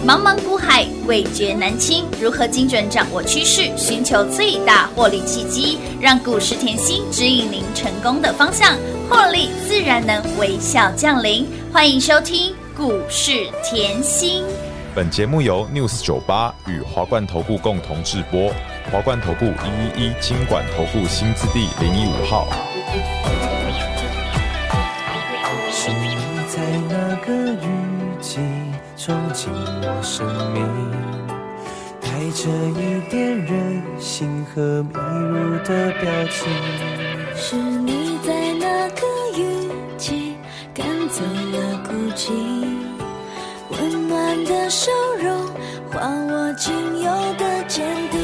茫茫股海，味觉难清。如何精准掌握趋势，寻求最大获利契机，让股市甜心指引您成功的方向，获利自然能微笑降临。欢迎收听股市甜心。 本节目由 News 98与华冠投顾共同制播，华冠投顾111金管投顾新字第015号。 是你在那个雨季闯进我生命，带着一点任性和迷路的表情。 是你在那个雨季赶走了孤寂，温暖的笑容换我仅有的坚定。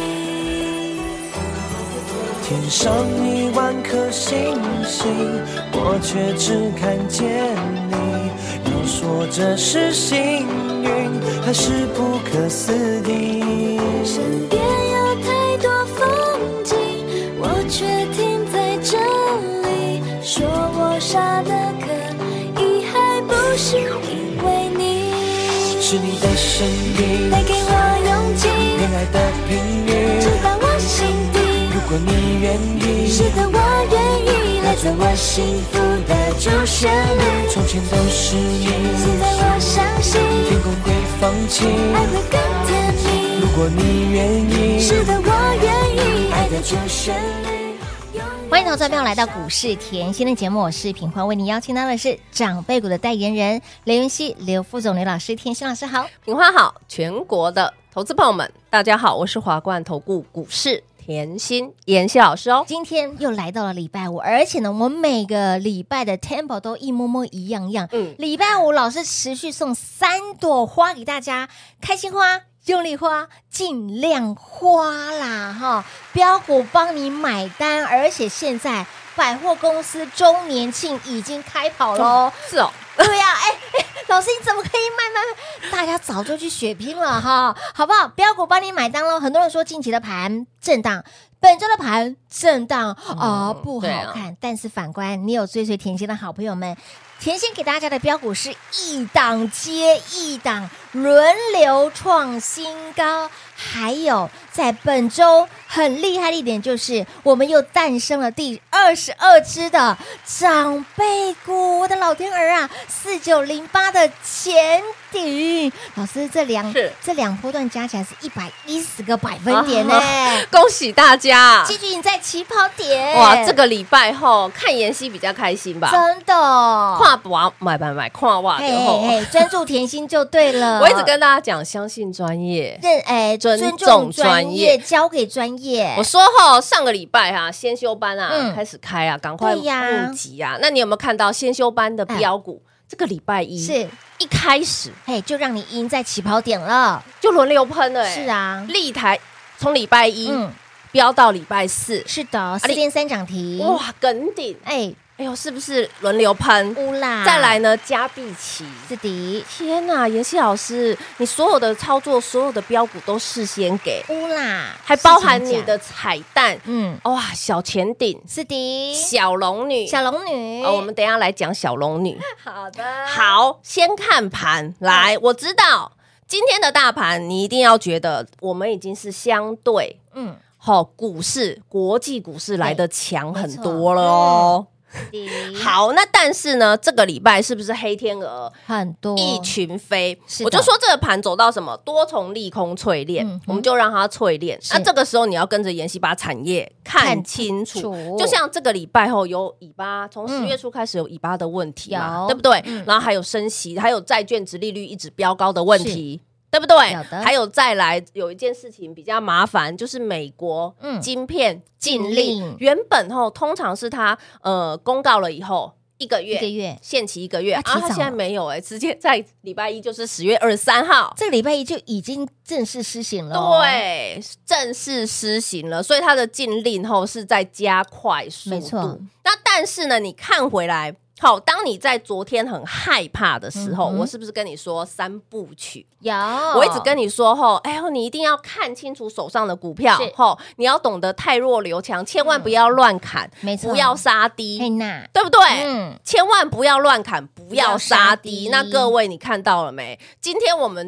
天上1万颗星星，我却只看见你。要说这是幸运，还是不可思议？ 身边有太多风景，我却停在这里。说我傻得可以，还不是因为你。 是你的声音带给我勇气， 恋爱的频率知道我心底。 如果你愿意， 是的，我愿意来做我幸福的主旋律。 从前都是你， 现在我相信天空会放晴， 爱会更甜蜜。 如果你愿意， 是的，我愿意爱的主旋律。 欢迎投资者朋友来到股市甜心的节目，我是品花，为您邀请到的是长辈股的代言人刘元熙、刘副总、刘老师。甜心老师好。 品花好，全国的投资朋友们大家好，我是华冠投顾股市甜心妍希老师哦。 今天又来到了礼拜五，而且呢，我们每个礼拜的 tempo 都一模模一样样。礼拜五老师持续送3朵花给大家，开心花、用力花、尽量花啦哈，标股帮你买单，而且现在百货公司周年庆已经开跑喽。 是哦， 对呀，老师你怎么可以卖？大家早就去血拼了哈，好不好？标股帮你买单喽。很多人说近期的盘震荡，本周的盘震荡不好看。但是反观你有追随甜心的好朋友们，甜心给大家的标股是一档接一档，轮流创新高。还有在本周很厉害的一点就是，我们又诞生了第22只的长辈股，我的老天儿啊！4908的前顶，老师这两波段加起来是110个百分点呢， 恭喜大家！ 继续赢在起跑点。 哇，这个礼拜后看妍希比较开心吧？ 真的， 跨哇买，跨哇的后， 专注甜心就对了。 我一直跟大家讲，相信专业， 尊重专业，交给专业。 我说上个礼拜先修班开始开赶快募集那你有没有看到先修班的标股？这个礼拜一是一开始就让你赢在起跑点了， 就轮流喷了。 是啊， 立台从礼拜一飙到礼拜4， 是的，4连3涨停， 哇，梗顶哎呦，是不是轮流喷？ 乌啦！ 再来呢，加必齐， 是的。 天哪，妍希老师，你所有的操作，所有的标股都事先给乌啦， 还包含你的彩蛋，哇，小前顶， 是的， 小龙女， 我们等一下来讲小龙女。 好的， 好，先看盘来，我知道今天的大盘，你一定要觉得我们已经是相对，股市国际股市来的强很多了哦。好，那但是呢，这个礼拜是不是黑天鹅很多， 一群飞？我就说这个盘走到什么多重利空淬炼，我们就让它淬炼。那这个时候你要跟着妍希把产业看清楚，就像这个礼拜后有尾巴，从10月初开始有尾巴的问题嘛，对不对？然后还有升息，还有债券殖利率一直飙高的问题。对不对？还有再来有一件事情比较麻烦，就是美国晶片禁令，原本通常是它公告了以后一个月限期1个月它现在没有直接在礼拜一就是10月23号， 这个礼拜一就已经正式施行了。 对，正式施行了，所以它的禁令是在加快速度。 没错。 那但是呢，你看回来。好，当你在昨天很害怕的时候，我是不是跟你说3部曲？ 有， 我一直跟你说你一定要看清楚手上的股票，你要懂得太弱留强，千万不要乱砍， 没错， 不要杀低，对不对？千万不要乱砍，不要杀低。那各位你看到了没？今天我们的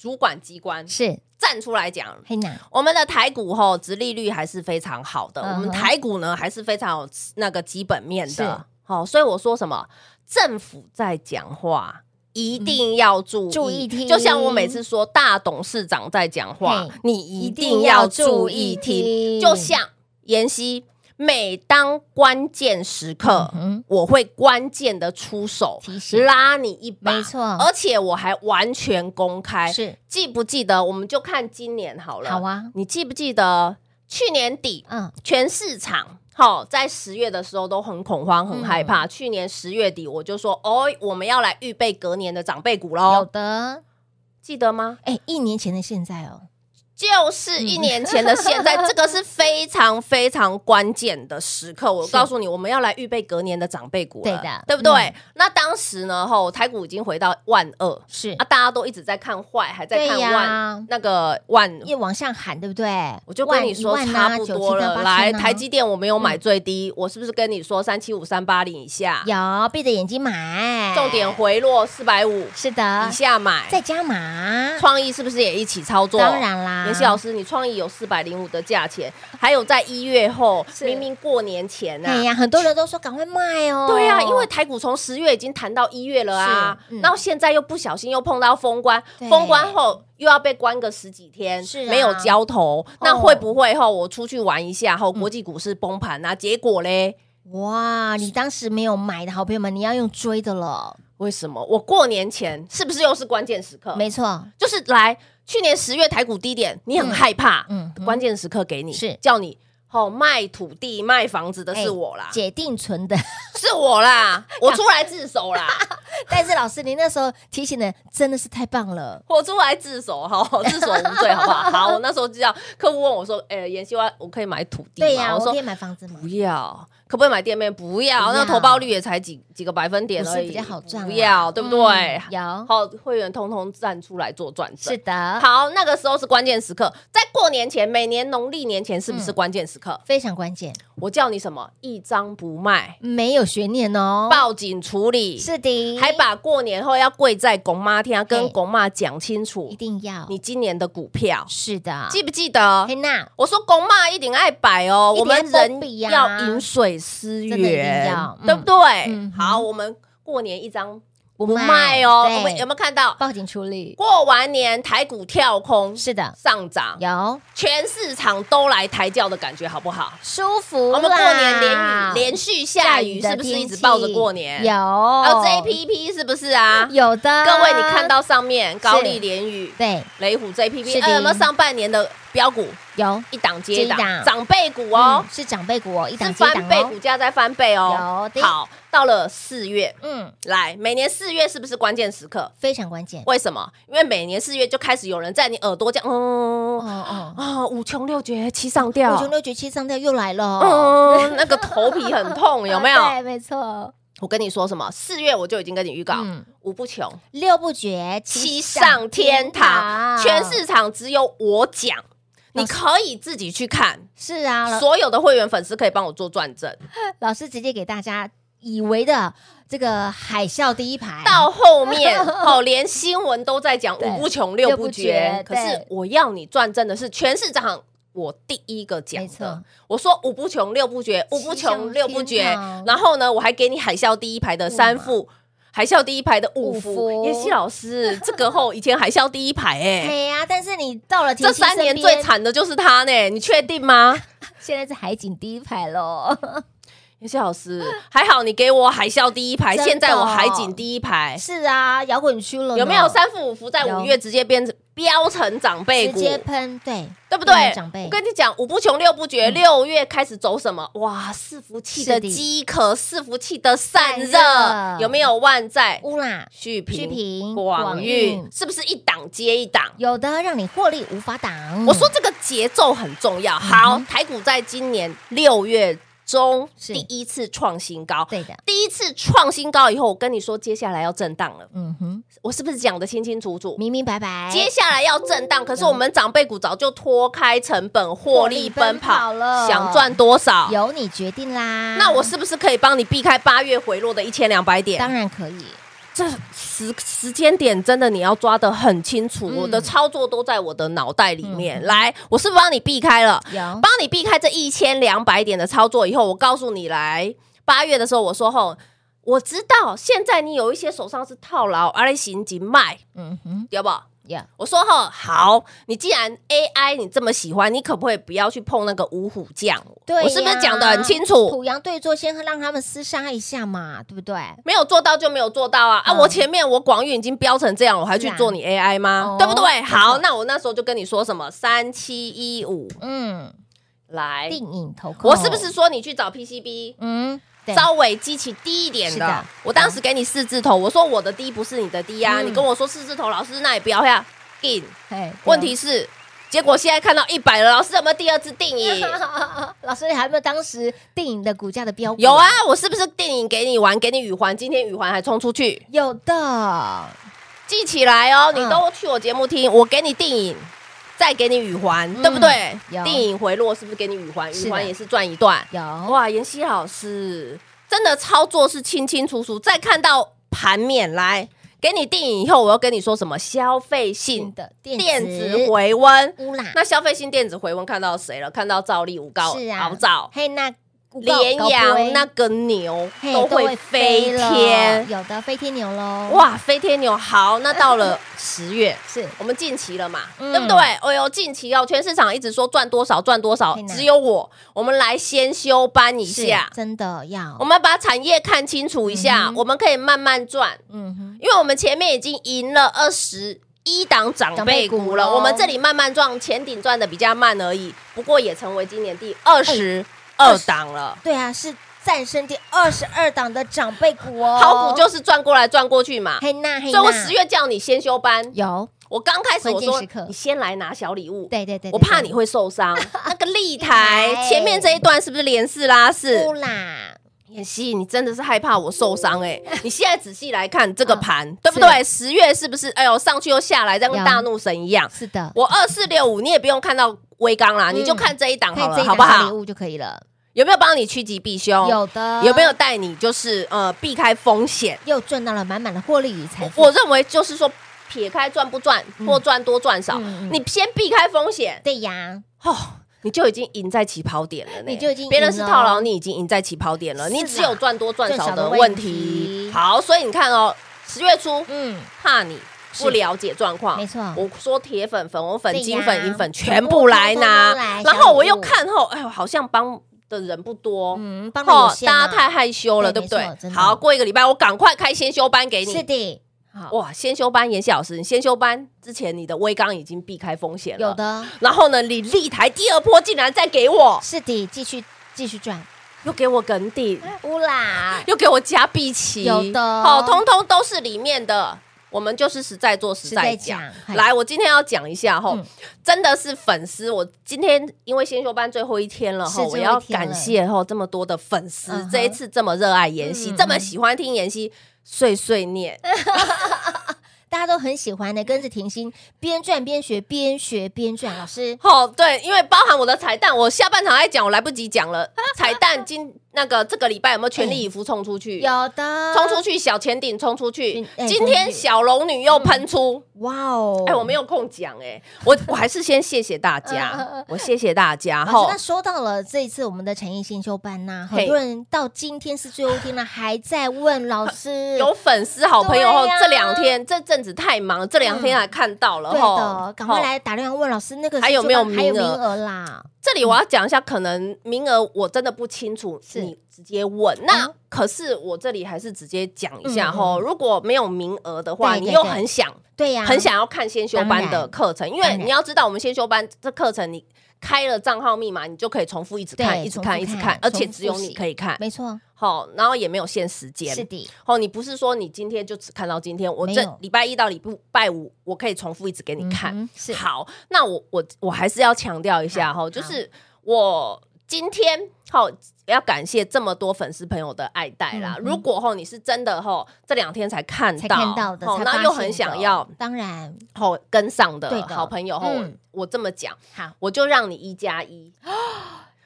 主管机关是站出来讲， 黑娜， 我们的台股殖利率还是非常好的， 嗯哼我们台股呢还是非常有那个基本面是的。好，所以我说什么，政府在讲话。一定要注意听， 就像我每次说大董事长在讲话，你一定要注意听。就像妍希，每当关键时刻，我会关键的出手，拉你一把， 没错， 而且我还完全公开。 是， 记不记得？我们就看今年好了。 好啊， 你记不记得去年底，全市场在10月的时候都很恐慌、很害怕。去年10月底我就说，我们要来预备隔年的长辈股喽。 有的， 记得吗 ？1年前的现在就是1年前的现在，这个是非常非常关键的时刻。我告诉你，我们要来预备隔年的长辈股了， 对的， 对不对？那当时呢，台股已经回到12000， 是啊，大家都一直在看坏，还在看那个1 也往上喊，对不对？ 我就跟你说差不多了。来，台积电我没有买最低，我是不是跟你说375、380以下？ 有，闭着眼睛买， 重点回落450， 是的， 以下买， 再加码。 创意是不是也一起操作？ 当然啦。 妍希老师，你创意有405的价钱，还有在1月后，明明过年前哎呀，很多人都说赶快卖哦。 对啊，因为台股从10月已经谈到1月了啊，然后现在又不小心又碰到封关，封关后又要被关个10几天，没有交投，那会不会我出去玩一下后，国际股市崩盘啊？结果嘞， 哇，你当时没有买的好朋友们，你要用追的了。 为什么？我过年前是不是又是关键时刻？ 没错， 就是来去年10月台股低点，你很害怕，关键时刻给你是叫你卖土地卖房子的是我啦， 解定存的是我啦，我出来自首啦。 但是老师，你那时候提醒的真的是太棒了， 我出来自首，自首无罪，好不好？好，我那时候就叫客户问我说：“妍希，我可以买土地吗？” 对呀， 我说可以买房子吗？ 不要。可不可以买店面？不要，那投报率也才几个百分点而已， 比较好赚。 不要，对不对？ 有好，会员通通站出来做转正。 是的， 好，那个时候是关键时刻，在过年前，每年农历年前是不是关键时刻？ 非常关键。 我叫你什么？一张不卖， 没有悬念哦， 报警处理。 是的， 还把过年后要跪在公妈厅跟公妈讲清楚， 一定要你今年的股票。 是的， 记不记得？ 黑娜， 我说公妈一定爱摆哦，我们人要饮水思源。对不对？好，我们过年一张不卖哦。我们有没有看到报警处理？ 过完年台股跳空， 是的， 上涨， 有全市场都来抬轿的感觉，好不好？ 舒服啦。 我们过年连续下雨，是不是一直抱着过年？ 有。 JPP 是不是啊？ 有的。 各位，你看到上面高丽连雨， 对， 雷虎 JPP， 有没有上半年的标股？ 有， 一档接一档，长辈股哦， 是长辈股哦，一档接一档， 翻倍，股价在翻倍哦。 有， 好，到了4月，来，每年4月是不是关键时刻？ 非常关键。 为什么？因为每年4月就开始有人在你耳朵讲，五穷六绝七上吊， 五穷六绝七上吊又来了， 那个头皮很痛，有没有？ 对，没错。 我跟你说什么？4月我就已经跟你预告，五不穷， 六不绝， 七上天堂，全市场只有我讲。你可以自己去看， 是啊， 所有的会员粉丝可以帮我做转正。 老师直接给大家以为的这个海啸第一排， 到后面连新闻都在讲五不穷六不绝，可是我要你转正的是全市场我第一个讲的。我说五不穷六不绝，五不穷六不绝，然后呢，我还给你海啸第一排的3副。海啸第一排的5幅，妍希老师，这个以前海啸第一排对呀，但是你到了这3年最惨的就是他呢，你确定吗？ 现在是海景第一排喽， 妍希老师，还好你给我海啸第一排，现在我海景第一排， 是啊，摇滚区了， 有没有3副5幅在5月直接飙成长辈股， 直接喷，对不对？我跟你讲，五不穷六不绝，6月开始走什么？哇，伺服器的饥渴，伺服器的散热，有没有万载、 乌啦、 旭平、广运，是不是一档接一档？ 有的让你获利无法挡。 我说这个节奏很重要。好，台股在今年6月中第一次创新高， 对的， 第一次创新高以后，我跟你说，接下来要震荡了。我是不是讲得清清楚楚、 明明白白？ 接下来要震荡，可是我们长辈股早就脱开成本，获利奔跑了，想赚多少由你决定啦。 那我是不是可以帮你避开8月回落的1200点？ 当然可以。 这时间点真的你要抓得很清楚，我的操作都在我的脑袋里面。来，我是不是帮你避开了？帮你避开这1200点的操作以后，我告诉你，来8月的时候我说我知道现在你有一些手上是套牢，你心情卖，对不？我说好，你既然 AI 你这么喜欢，你可不可以不要去碰那个五虎将？我是不是讲得很清楚？ 土洋对坐，先让他们厮杀一下嘛，对不对？ 没有做到就没有做到啊！我前面我广运已经标成这样，我还去做你 AI 吗？对不对？好，那我那时候就跟你说什么3715，来定影投控， 我是不是说你去找 PCB？稍微基期低一点的，我当时给你4字头，我说我的低不是你的低啊，你跟我说4字头，老师那也不要下定。问题是，结果现在看到100了，老师有没有第2次定影？ 老师，你还有没有当时定影的股价的标股？ 有啊，我是不是定影给你玩，给你宇环？今天宇环还冲出去， 有的， 记起来哦，你都去我节目听，我给你定影。再给你宇环，对不对？定影回落是不是给你宇环？宇环也是赚一段。哇，妍希老师真的操作是清清楚楚。再看到盘面来给你定影以后，我要跟你说什么？消费性的电子回温。那消费性电子回温看到谁了？看到兆利、五高、熬造。 嘿，那连阳那个牛都会飞天， 有的飞天牛喽！ 哇，飞天牛好，那到了10月，是我们近期了嘛，对不对？哎呦，近期哦，全市场一直说赚多少赚多少，只有我们来先修班一下， 真的要， 我们把产业看清楚一下，我们可以慢慢赚，因为我们前面已经赢了21档长辈股了，我们这里慢慢赚，前顶赚的比较慢而已，不过也成为今年第22档了， 对啊，是战胜第22档的长辈股哦。 好股就是转过来转过去嘛， 所以我10月叫你先修班， 有。 我刚开始我说你先来拿小礼物， 对， 我怕你会受伤。那个立台前面这一段是不是连4拉4？ 不啦。 妍希，你真的是害怕我受伤你现在仔细来看这个盘，对不对？10月是不是？哎呦，上去又下来，跟大怒神一样。 是的， 我2465，你也不用看到微钢啦，你就看这一档好了，好不好？ 礼物就可以了。 有没有帮你趋吉避凶？ 有的。 有没有带你就是避开风险？ 又赚到了满满的获利与财富。 我认为就是说，撇开赚不赚或赚多赚少，你先避开风险。 对呀。 你就已经赢在起跑点了呢， 你就已经别人是套牢，你已经赢在起跑点了，你只有赚多赚少的问题。好，所以你看哦，10月初，怕你不了解状况， 没错。 我说铁粉、粉红粉、金粉、银粉全部来拿，然后我又看后，哎呦，好像帮的人不多， 帮的有限大家太害羞了，对不对？好，过1个礼拜我赶快开先修班给你。 是的。 哇，先修班，妍希老师，你先修班之前，你的微钢已经避开风险了， 有的。 然后呢，你立台第2波竟然再给我， 是的，继续赚， 又给我梗顶， 乌啦， 又给我加碧琪， 有的， 好，通通都是里面的。我们就是实在做实在讲，来，我今天要讲一下真的是粉丝，我今天因为先修班最后一天了我要感谢这么多的粉丝，这一次这么热爱妍希，这么喜欢听妍希碎碎念。 大家都很喜欢的，跟着甜心边赚边学，边学边赚。老师， 对，因为包含我的彩蛋，我下半场还讲，我来不及讲了。彩蛋这个礼拜有没有全力以赴冲出去？ 有的， 冲出去小前顶，冲出去。今天小龙女又喷出， 哇哦！ 我没有空讲我还是先谢谢大家，我谢谢大家。 老师，那说到了这一次我们的产业先修班呐，很多人到今天是最后一天了，还在问老师。 有粉丝好朋友这2天这阵子太忙，这2天还看到了， 对的，赶快来打电话问老师，那个还有没有名额啦？ 这里我要讲一下，可能名额我真的不清楚，你直接问。那可是我这里还是直接讲一下如果没有名额的话，你又很想， 对呀， 很想要看先修班的课程，因为你要知道，我们先修班这课程，你开了账号密码，你就可以重复一直看，一直看，一直看，而且只有你可以看， 没错。 然后也没有限时间， 是的。 你不是说你今天就只看到今天，我这礼拜1到礼拜5，我可以重复一直给你看。 是好，那我还是要强调一下就是我今天要感谢这么多粉丝朋友的爱戴啦。如果你是真的这2天才看到的， 那又很想要， 当然跟上的好朋友我这么讲，我就让你1+1。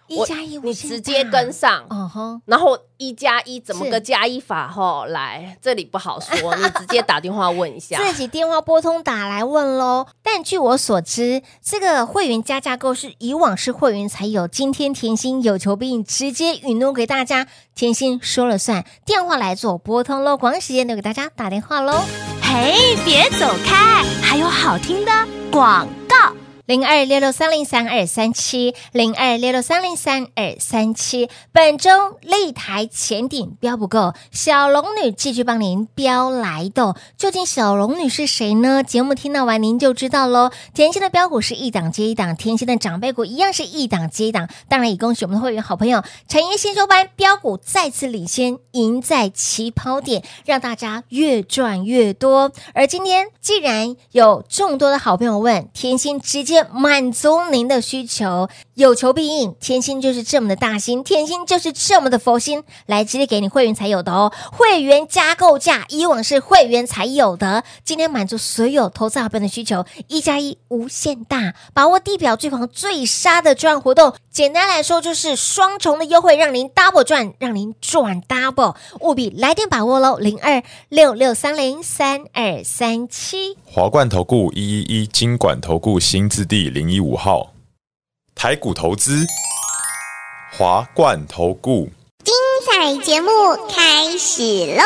1+1 你直接跟上，然后1+1怎么个加1法？来这里不好说，你直接打电话问一下， 自己电话拨通打来问喽。但据我所知，这个会员加价购是以往是会员才有，今天甜心有求必应，直接允诺给大家，甜心说了算，电话来做拨通喽，广告时间留给大家打电话喽。 嘿，别走开，还有好听的广告。 0266303237，0266303237。本周立台前顶标不够，小龙女继续帮您标来的。究竟小龙女是谁呢？节目听到完您就知道喽。甜心的标股是一档接一档，甜心的长辈股一样是一档接一档。当然也恭喜我们的会员好朋友，产业先修班标股再次领先，赢在起跑点，让大家越赚越多。而今天既然有众多的好朋友问，甜心直接满足您的需求，有求必应，甜心就是这么的大心，甜心就是这么的佛心，来直接给你会员才有的哦。会员加购价以往是会员才有的，今天满足所有投资好朋友的需求，1+1无限大，把握地表最狂最杀的赚活动。简单来说就是双重的优惠，让您 double 赚，让您赚 double， 务必来电把握喽，0266303237。 华冠投顾111金管投顾新字第015号，台股投资，华冠投顾。 彩节目开始喽！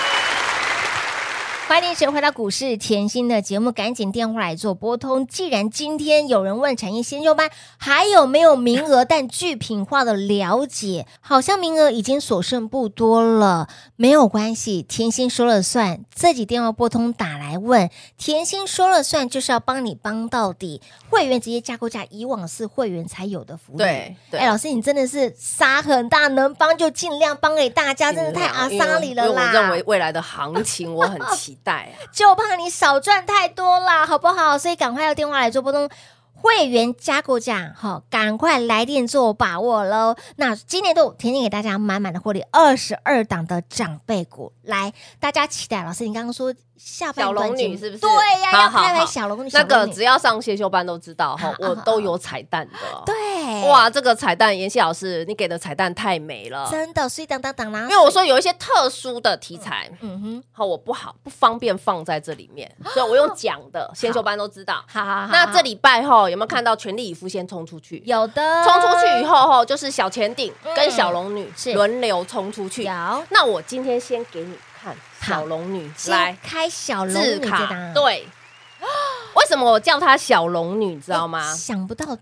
欢迎您回到股市甜心的节目，赶紧电话来做拨通。既然今天有人问产业先修班还有没有名额，但具品化的了解，好像名额已经所剩不多了。没有关系，甜心说了算，自己电话拨通打来问，甜心说了算，就是要帮你帮到底。会员直接加购价，以往是会员才有的福利。 对， 老师你真的是杀很大，能帮就尽量帮给大家，真的太阿莎里了啦。 我认为未来的行情我很期待就怕你少赚太多啦，好不好？所以赶快要电话来做拨通。会员加购价，赶快来电做把握喽！那今年度甜甜给大家满满的获利，22档的长辈股，来，大家期待。老师，你刚刚说下半段小龙女是不是？ 对呀，要开来小龙女。 那个只要上先修班都知道我都有彩蛋的。 对， 哇，这个彩蛋，妍希老师，你给的彩蛋太美了， 真的，所以当啦。 因为我说有一些特殊的题材，我不方便放在这里面，所以我用讲的，先修班都知道。 好， 那这礼拜有没有看到全力以赴先冲出去？ 有的， 冲出去以后就是小前顶跟小龙女轮流冲出去。那我今天先给你看小龙女，来开小龙女字卡，对。为什么我叫她小龙女，你知道吗？ 想不到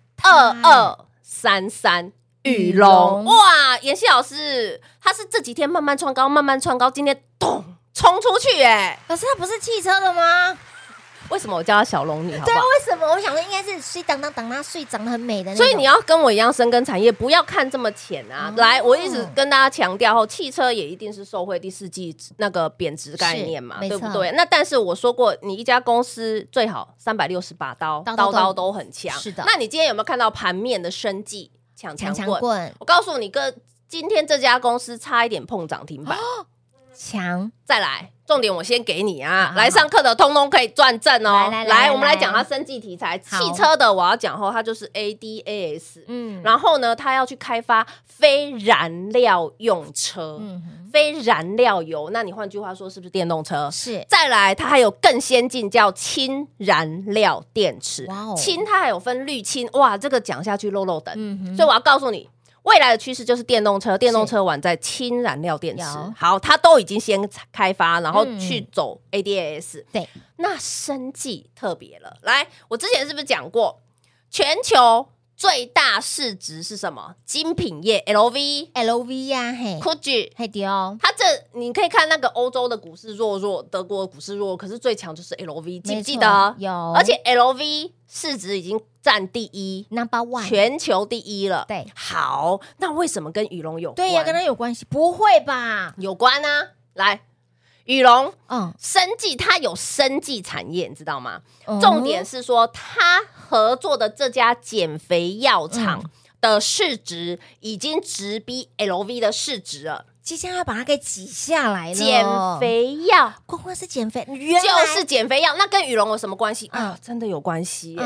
2233雨龙，哇！妍希老师，她是这几天慢慢创高，今天咚冲出去， 可是她不是汽车的吗？ 为什么我叫她小龙女？好不好？ 对，为什么？我想说应该是水当她水长得很美的那种。 所以你要跟我一样深耕产业，不要看这么浅啊！来，我一直跟大家强调汽车也一定是受惠第四季那个贬值概念嘛，对不对？那但是我说过，你一家公司最好368刀，刀都很强。是的。那你今天有没有看到盘面的生技强棍？我告诉你，今天这家公司差一点碰涨停板。 强， 再来，重点我先给你啊！来上课的通通可以赚正哦。来，我们来讲它生技题材，汽车的我要讲它就是 ADAS，然后呢，它要去开发非燃料用车，非燃料油。那你换句话说，是不是电动车？是。再来，它还有更先进，叫氢燃料电池。氢它还有分氯氢，哇，这个讲下去漏等。所以我要告诉你。未来的趋势就是电动车玩在氢燃料电池。好，它都已经先开发，然后去走 ADAS。对，那生技特别了。来，我之前是不是讲过，全球最大市值是什么？精品业 LV 呀，Gucci 嘿对哦。它你可以看那个欧洲的股市弱，德国的股市弱，可是最强就是 LV， 记不记得？有，而且 LV 市值已经占第一 ，Number One， 全球第一了。对，好，那为什么跟羽绒有关？ 对呀，跟它有关系？不会吧？ 有关啊！来，羽绒，生技它有生技产业，你知道吗？重点是说，它合作的这家减肥药厂的市值已经直逼 LV 的市值了。 即将要把它给挤下来了。 减肥药， 光是减肥， 就是减肥药，那跟羽绒有什么关系啊？真的有关系耶！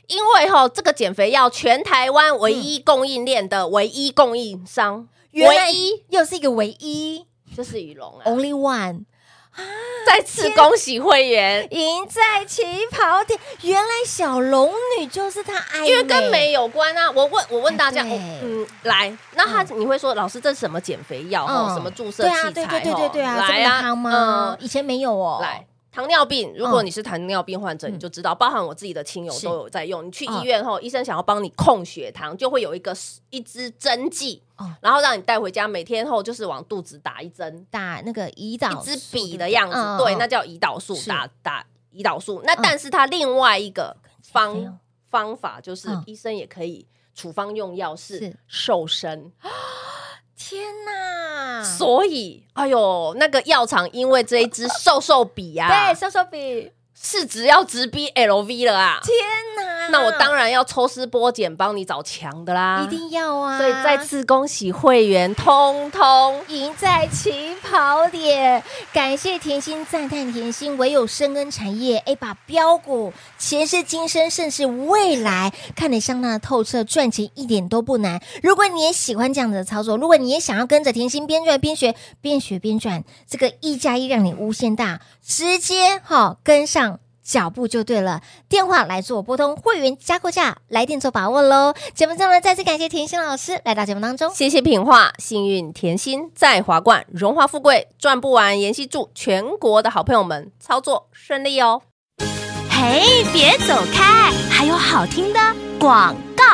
因为这个减肥药全台湾唯一供应链的唯一供应商， 原来又是一个唯一， 就是羽绒 ，Only One。 再次恭喜会员赢在起跑点，原来小龙女就是她爱美， 因为跟美有关啊。我问大家，来，那你会说，老师这是什么减肥药？什么注射器材？ 对啊，来啊，吗？以前没有哦。 来，糖尿病，如果你是糖尿病患者，你就知道，包含我自己的亲友都有在用。你去医院后，医生想要帮你控血糖，就会有一支针剂。然后让你带回家，每天后就是往肚子打一针， 打那个胰岛素，一支笔的样子，对，那叫胰岛素，打胰岛素。那但是它另外一个方法就是医生也可以处方用药是瘦身。 天哪！ 所以，那个药厂因为这一支瘦笔啊， 对，瘦笔市值要直逼 LV 了啊！ 天哪！ 那我当然要抽丝剥茧，帮你找强的啦， 一定要啊！ 所以再次恭喜会员，通通赢在起跑点。感谢甜心，赞叹甜心，唯有深耕产业，把标股前世今生，甚至未来看得相当的透彻，赚钱一点都不难。如果你也喜欢这样的操作，如果你也想要跟着甜心边赚边学，边学边赚，这个1+1让你无限大，直接跟上脚步就对了。电话来做拨通，会员加购价，来电做把握喽。节目中呢，再次感谢甜心老师来到节目当中， 谢谢品画，幸运甜心在华冠，荣华富贵赚不完。妍希祝全国的好朋友们操作顺利哦。 嘿，别走开，还有好听的广告。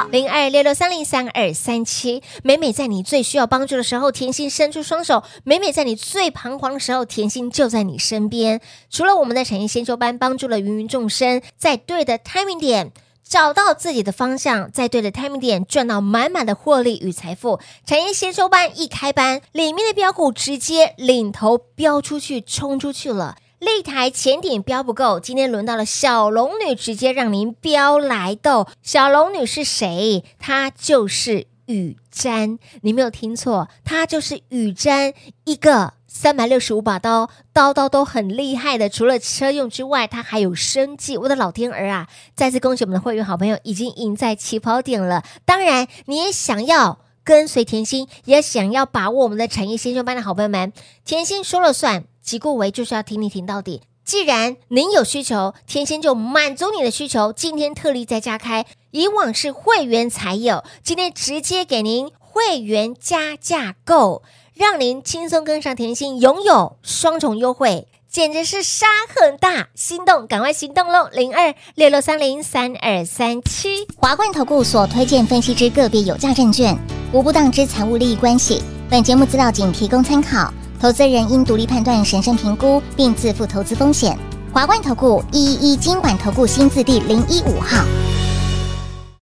0266303237，每每在你最需要帮助的时候，甜心伸出双手；每每在你最彷徨的时候，甜心就在你身边。除了我们的产业先修班帮助了芸芸众生，在对的 timing 点找到自己的方向，在对的 timing 点赚到满满的获利与财富。产业先修班一开班，里面的标股直接领头飙出去，冲出去了。立台前顶标不够，今天轮到了小龙女，直接让您飙来斗。小龙女是谁？她就是雨瞻，你没有听错，她就是雨瞻，一个365把刀都很厉害的，除了车用之外，它还有生技。我的老天儿啊！再次恭喜我们的会员好朋友已经赢在起跑点了。当然，你也想要跟随甜心，也想要把握我们的产业先修班的好朋友们，甜心说了算。即顾为就是要听你听到底。既然您有需求，甜心就满足你的需求。今天特例再加开，以往是会员才有，今天直接给您会员加价购，让您轻松跟上甜心，拥有双重优惠，简直是杀很大！心动，赶快行动喽！0266303237。 华冠投顾所推荐分析之个别有价证券，无不当之财务利益关系。本节目资料仅提供参考。投资人应独立判断、审慎评估，并自负投资风险。华冠投顾111金管投顾新字第015号。